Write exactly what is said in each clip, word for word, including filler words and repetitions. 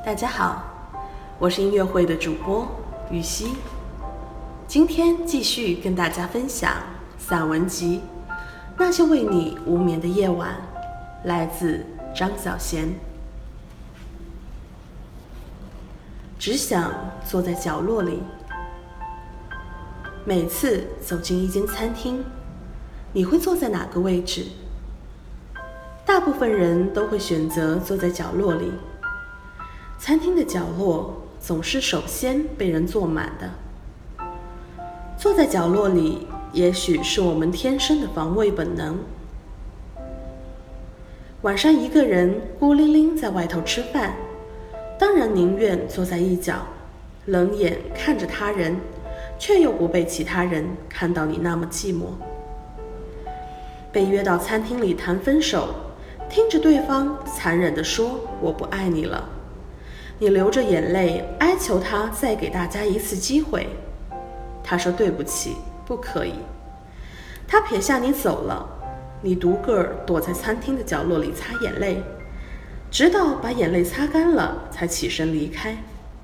大家好，我是音乐会的主播雨熙，今天继续跟大家分享散文集《那些为你无眠的夜晚》，来自张小娴。只想坐在角落里。每次走进一间餐厅，你会坐在哪个位置？大部分人都会选择坐在角落里。餐厅的角落总是首先被人坐满的。坐在角落里，也许是我们天生的防卫本能。晚上一个人孤零零在外头吃饭，当然宁愿坐在一角，冷眼看着他人，却又不被其他人看到你那么寂寞。被约到餐厅里谈分手，听着对方残忍地说我不爱你了，你流着眼泪哀求他再给大家一次机会，他说对不起，不可以。他撇下你走了，你独个儿躲在餐厅的角落里擦眼泪，直到把眼泪擦干了才起身离开。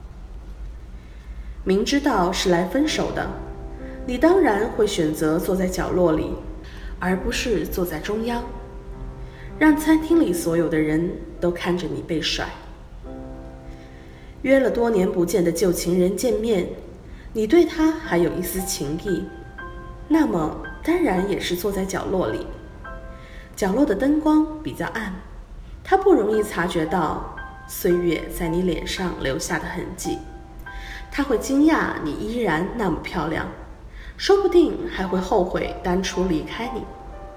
明知道是来分手的，你当然会选择坐在角落里，而不是坐在中央，让餐厅里所有的人都看着你被甩。约了多年不见的旧情人见面，你对他还有一丝情意，那么当然也是坐在角落里。角落的灯光比较暗，他不容易察觉到岁月在你脸上留下的痕迹，他会惊讶你依然那么漂亮，说不定还会后悔当初离开你。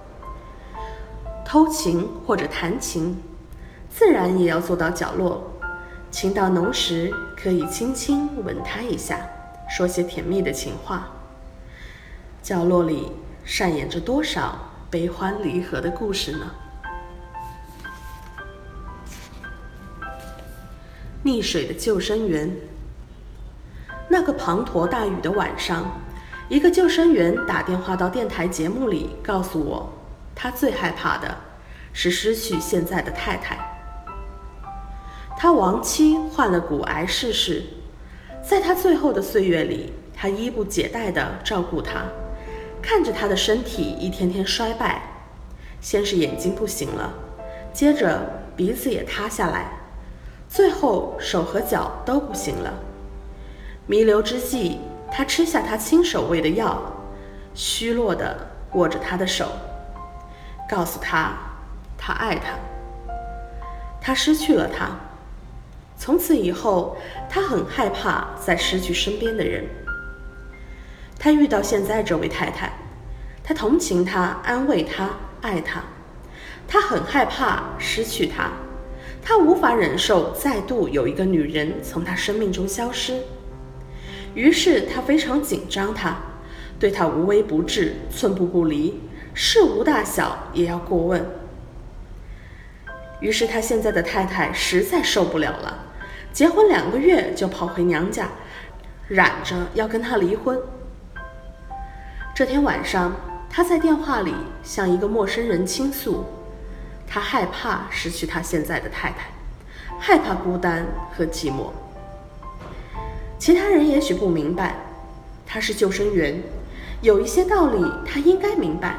偷情或者弹琴，自然也要坐到角落，情到浓时可以轻轻吻他一下，说些甜蜜的情话。角落里上演着多少悲欢离合的故事呢？溺水的救生员。那个滂沱大雨的晚上，一个救生员打电话到电台节目里告诉我，他最害怕的是失去现在的太太。他亡妻患了骨癌逝世，在他最后的岁月里，他衣不解带地照顾她，看着她的身体一天天衰败，先是眼睛不行了，接着鼻子也塌下来，最后手和脚都不行了。弥留之际，他吃下他亲手喂的药，虚弱地握着她的手，告诉她他爱她。他失去了她，从此以后，他很害怕再失去身边的人。他遇到现在这位太太，他同情她，安慰她，爱她。他很害怕失去她，他无法忍受再度有一个女人从他生命中消失。于是他非常紧张她，对她无微不至，寸步不离，事无大小也要过问。于是他现在的太太实在受不了了，结婚两个月就跑回娘家，嚷着要跟他离婚。这天晚上，他在电话里向一个陌生人倾诉，他害怕失去他现在的太太，害怕孤单和寂寞。其他人也许不明白，他是救生员，有一些道理他应该明白。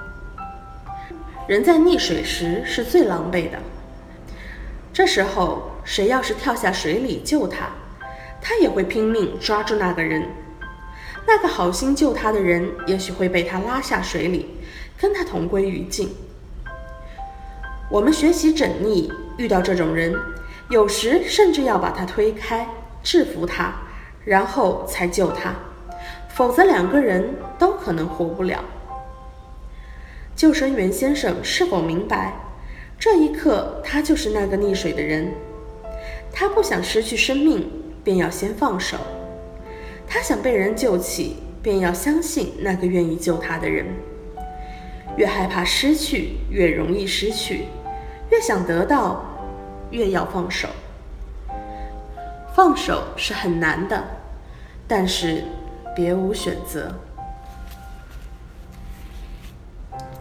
人在溺水时是最狼狈的，这时候谁要是跳下水里救他，他也会拼命抓住那个人。那个好心救他的人也许会被他拉下水里，跟他同归于尽。我们学习缜密，遇到这种人，有时甚至要把他推开，制服他，然后才救他，否则两个人都可能活不了。救生员先生是否明白，这一刻他就是那个溺水的人？他不想失去生命，便要先放手。他想被人救起，便要相信那个愿意救他的人。越害怕失去，越容易失去；越想得到，越要放手。放手是很难的，但是别无选择。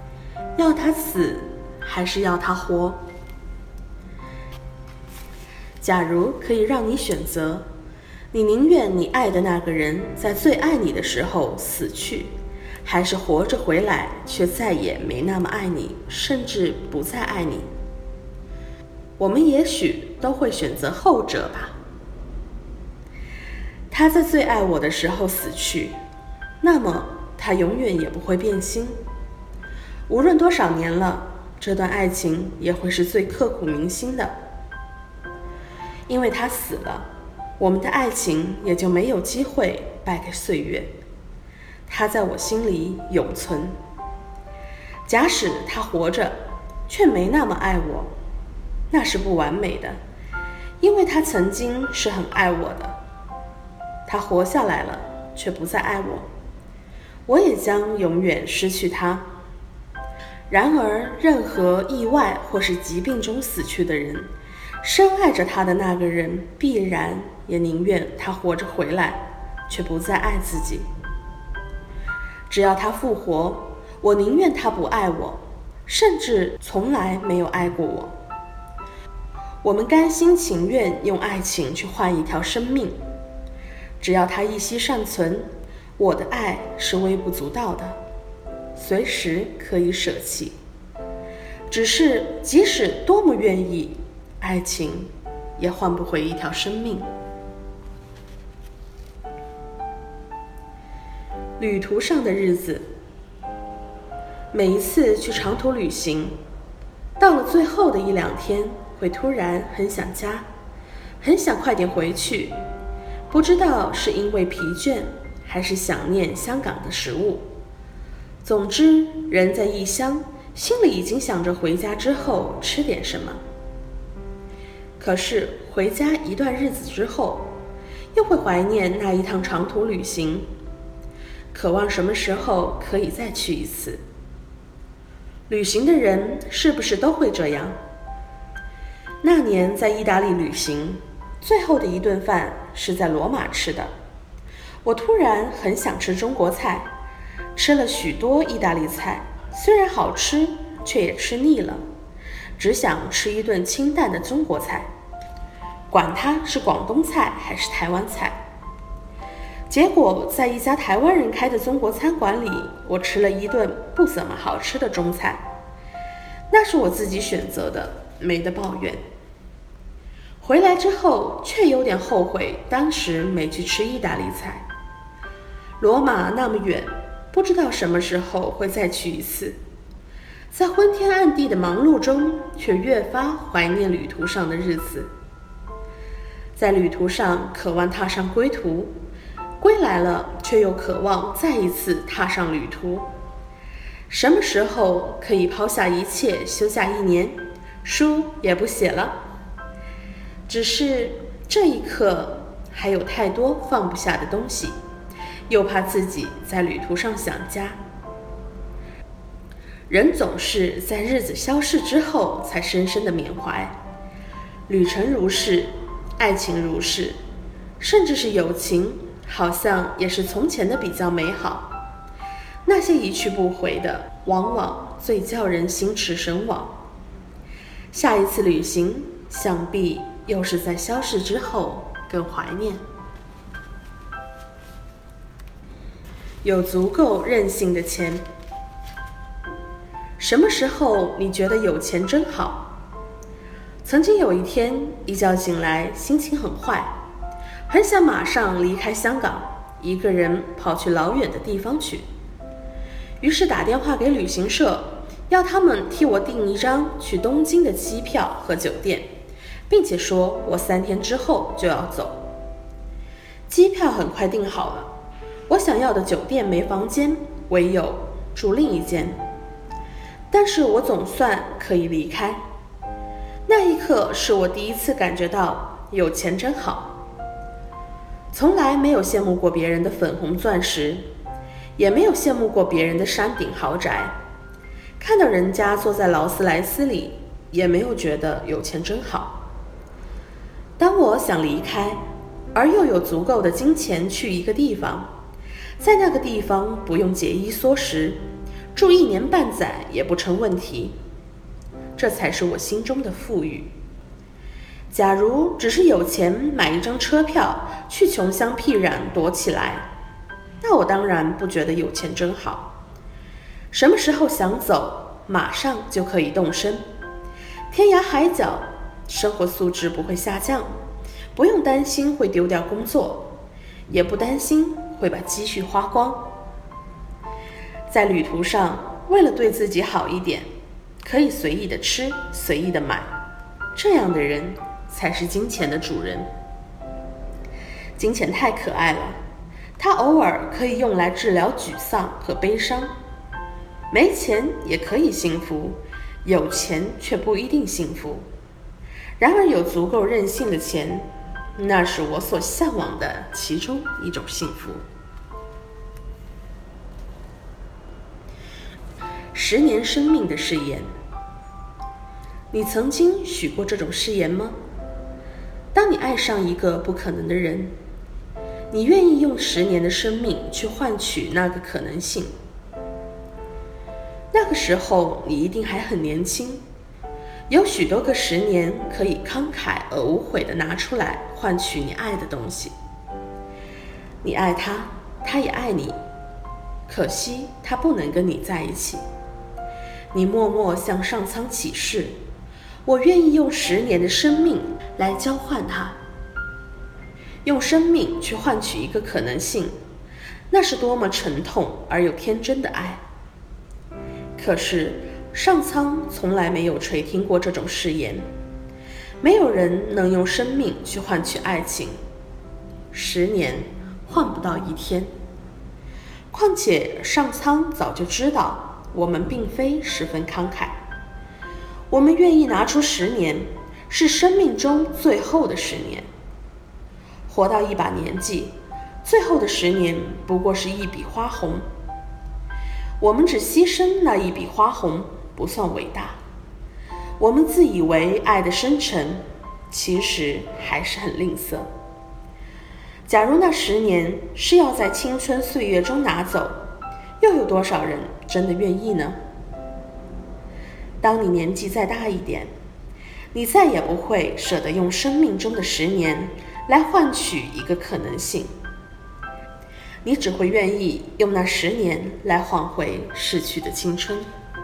要他死，还是要他活？ 假如可以让你选择，你宁愿你爱的那个人在最爱你的时候死去，还是活着回来却再也没那么爱你，甚至不再爱你？我们也许都会选择后者吧。他在最爱我的时候死去，那么他永远也不会变心。无论多少年了，这段爱情也会是最刻骨铭心的。因为他死了，我们的爱情也就没有机会败给岁月。他在我心里永存。假使他活着，却没那么爱我，那是不完美的，因为他曾经是很爱我的。他活下来了，却不再爱我，我也将永远失去他。然而，任何意外或是疾病中死去的人，深爱着他的那个人，必然也宁愿他活着回来，却不再爱自己。只要他复活，我宁愿他不爱我，甚至从来没有爱过我。我们甘心情愿用爱情去换一条生命。只要他一息尚存，我的爱是微不足道的，随时可以舍弃。只是即使多么愿意，爱情也换不回一条生命。旅途上的日子，每一次去长途旅行，到了最后的一两天，会突然很想家，很想快点回去。不知道是因为疲倦，还是想念香港的食物。总之，人在异乡，心里已经想着回家之后吃点什么。可是回家一段日子之后，又会怀念那一趟长途旅行，渴望什么时候可以再去一次。旅行的人是不是都会这样？那年在意大利旅行，最后的一顿饭是在罗马吃的。我突然很想吃中国菜，吃了许多意大利菜，虽然好吃，却也吃腻了，只想吃一顿清淡的中国菜，管它是广东菜还是台湾菜。结果在一家台湾人开的中国餐馆里，我吃了一顿不怎么好吃的中菜。那是我自己选择的，没得抱怨。回来之后却有点后悔当时没去吃意大利菜。罗马那么远，不知道什么时候会再去一次。在昏天暗地的忙碌中，却越发怀念旅途上的日子。在旅途上渴望踏上归途，归来了却又渴望再一次踏上旅途。什么时候可以抛下一切，休假一年，书也不写了？只是这一刻还有太多放不下的东西，又怕自己在旅途上想家。人总是在日子消逝之后才深深的缅怀。旅程如是，爱情如是，甚至是友情，好像也是从前的比较美好。那些一去不回的，往往最叫人心驰神往。下一次旅行，想必又是在消逝之后更怀念。有足够任性的钱。什么时候你觉得有钱真好？曾经有一天，一觉醒来，心情很坏，很想马上离开香港，一个人跑去老远的地方去。于是打电话给旅行社，要他们替我订一张去东京的机票和酒店，并且说我三天之后就要走。机票很快订好了，我想要的酒店没房间，唯有住另一间。但是我总算可以离开。那一刻是我第一次感觉到有钱真好。从来没有羡慕过别人的粉红钻石，也没有羡慕过别人的山顶豪宅，看到人家坐在劳斯莱斯里，也没有觉得有钱真好。当我想离开，而又有足够的金钱去一个地方，在那个地方不用节衣缩食，住一年半载也不成问题，这才是我心中的富裕。 假如只是有钱买一张车票去穷乡僻壤躲起来，那我当然不觉得有钱真好。什么时候想走，马上就可以动身，天涯海角，生活素质不会下降，不用担心会丢掉工作，也不担心会把积蓄花光。在旅途上，为了对自己好一点，可以随意的吃，随意的买，这样的人才是金钱的主人。金钱太可爱了，它偶尔可以用来治疗沮丧和悲伤。没钱也可以幸福，有钱却不一定幸福。然而有足够任性的钱，那是我所向往的其中一种幸福。十年生命的誓言，你曾经许过这种誓言吗？当你爱上一个不可能的人，你愿意用十年的生命去换取那个可能性。那个时候你一定还很年轻，有许多个十年可以慷慨而无悔地拿出来换取你爱的东西。你爱他，他也爱你，可惜他不能跟你在一起。你默默向上苍起誓，我愿意用十年的生命来交换他，用生命去换取一个可能性，那是多么沉痛而又天真的爱。可是上苍从来没有垂听过这种誓言，没有人能用生命去换取爱情，十年换不到一天。况且上苍早就知道我们并非十分慷慨，我们愿意拿出十年，是生命中最后的十年。活到一把年纪，最后的十年不过是一笔花红，我们只牺牲那一笔花红不算伟大。我们自以为爱的深沉，其实还是很吝啬。假如那十年是要在青春岁月中拿走，又有多少人真的愿意呢？当你年纪再大一点，你再也不会舍得用生命中的十年来换取一个可能性，你只会愿意用那十年来换回逝去的青春。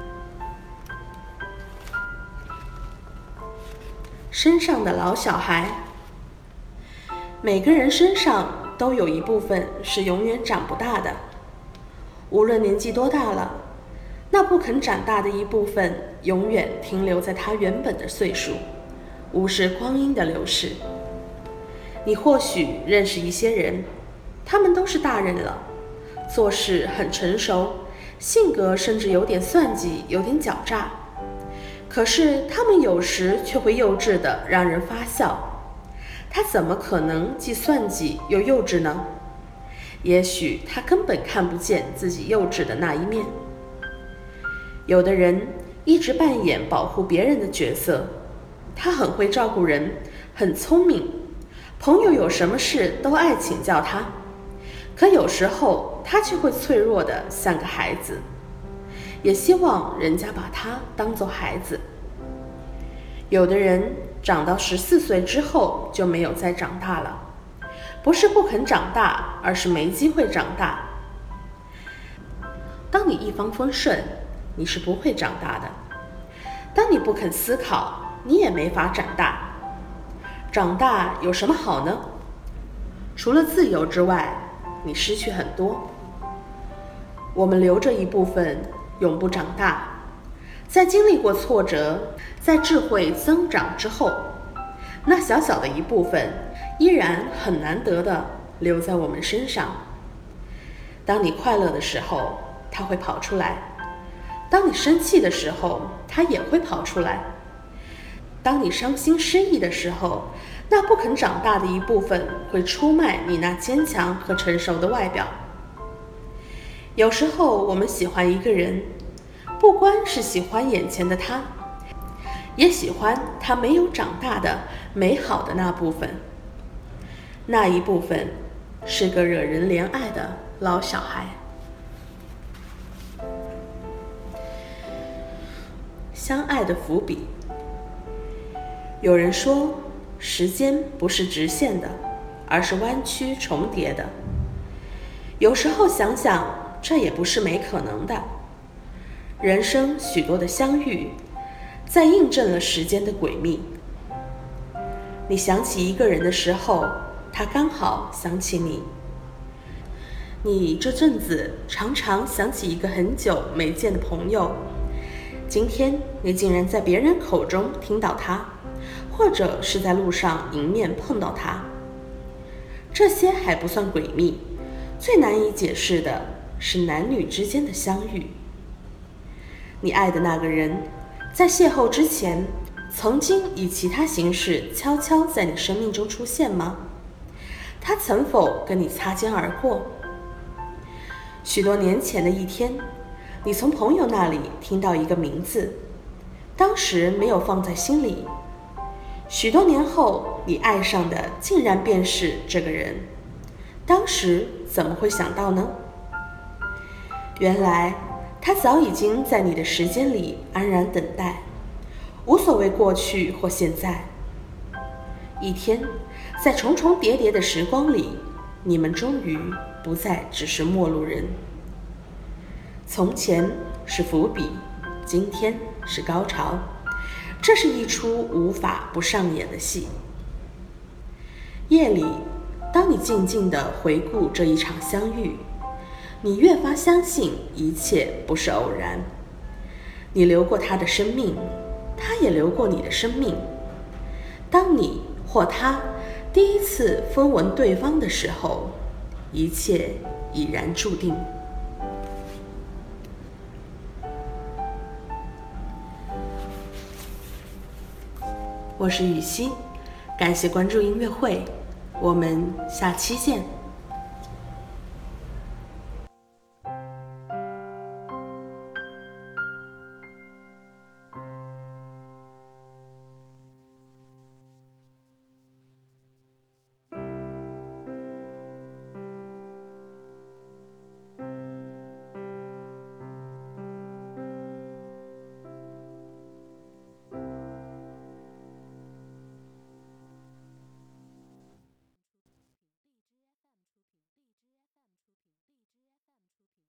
身上的老小孩，每个人身上都有一部分是永远长不大的，无论年纪多大了，那不肯长大的一部分永远停留在他原本的岁数，无视光阴的流逝。你或许认识一些人，他们都是大人了，做事很成熟，性格甚至有点算计，有点狡诈，可是他们有时却会幼稚的让人发笑。他怎么可能既算计又幼稚呢？也许他根本看不见自己幼稚的那一面。有的人一直扮演保护别人的角色，他很会照顾人，很聪明，朋友有什么事都爱请教他，可有时候他却会脆弱的像个孩子，也希望人家把他当作孩子。有的人长到十四岁之后就没有再长大了，不是不肯长大，而是没机会长大。当你一帆风顺，你是不会长大的；当你不肯思考，你也没法长大。长大有什么好呢？除了自由之外，你失去很多。我们留着一部分永不长大，在经历过挫折，在智慧增长之后，那小小的一部分依然很难得的留在我们身上。当你快乐的时候，它会跑出来；当你生气的时候，它也会跑出来；当你伤心失意的时候，那不肯长大的一部分会出卖你那坚强和成熟的外表。有时候我们喜欢一个人，不光是喜欢眼前的他，也喜欢他没有长大的美好的那部分。那一部分是个惹人怜爱的老小孩。相爱的伏笔。有人说， 时间不是直线的，而是弯曲重叠的。有时候想想，这也不是没可能的。人生许多的相遇，在印证了时间的诡秘。你想起一个人的时候，他刚好想起你。你这阵子常常想起一个很久没见的朋友，今天你竟然在别人口中听到他，或者是在路上迎面碰到他。这些还不算诡秘，最难以解释的是男女之间的相遇。你爱的那个人，在邂逅之前，曾经以其他形式悄悄在你生命中出现吗？他曾否跟你擦肩而过？许多年前的一天，你从朋友那里听到一个名字，当时没有放在心里。许多年后，你爱上的竟然便是这个人，当时怎么会想到呢？原来他早已经在你的时间里安然等待，无所谓过去或现在。一天，在重重叠叠的时光里，你们终于不再只是陌路人。从前是伏笔，今天是高潮，这是一出无法不上演的戏。夜里，当你静静地回顾这一场相遇，你越发相信一切不是偶然。你流过他的生命，他也流过你的生命。当你或他第一次分闻对方的时候，一切已然注定。我是雨熙，感谢关注音乐会，我们下期见。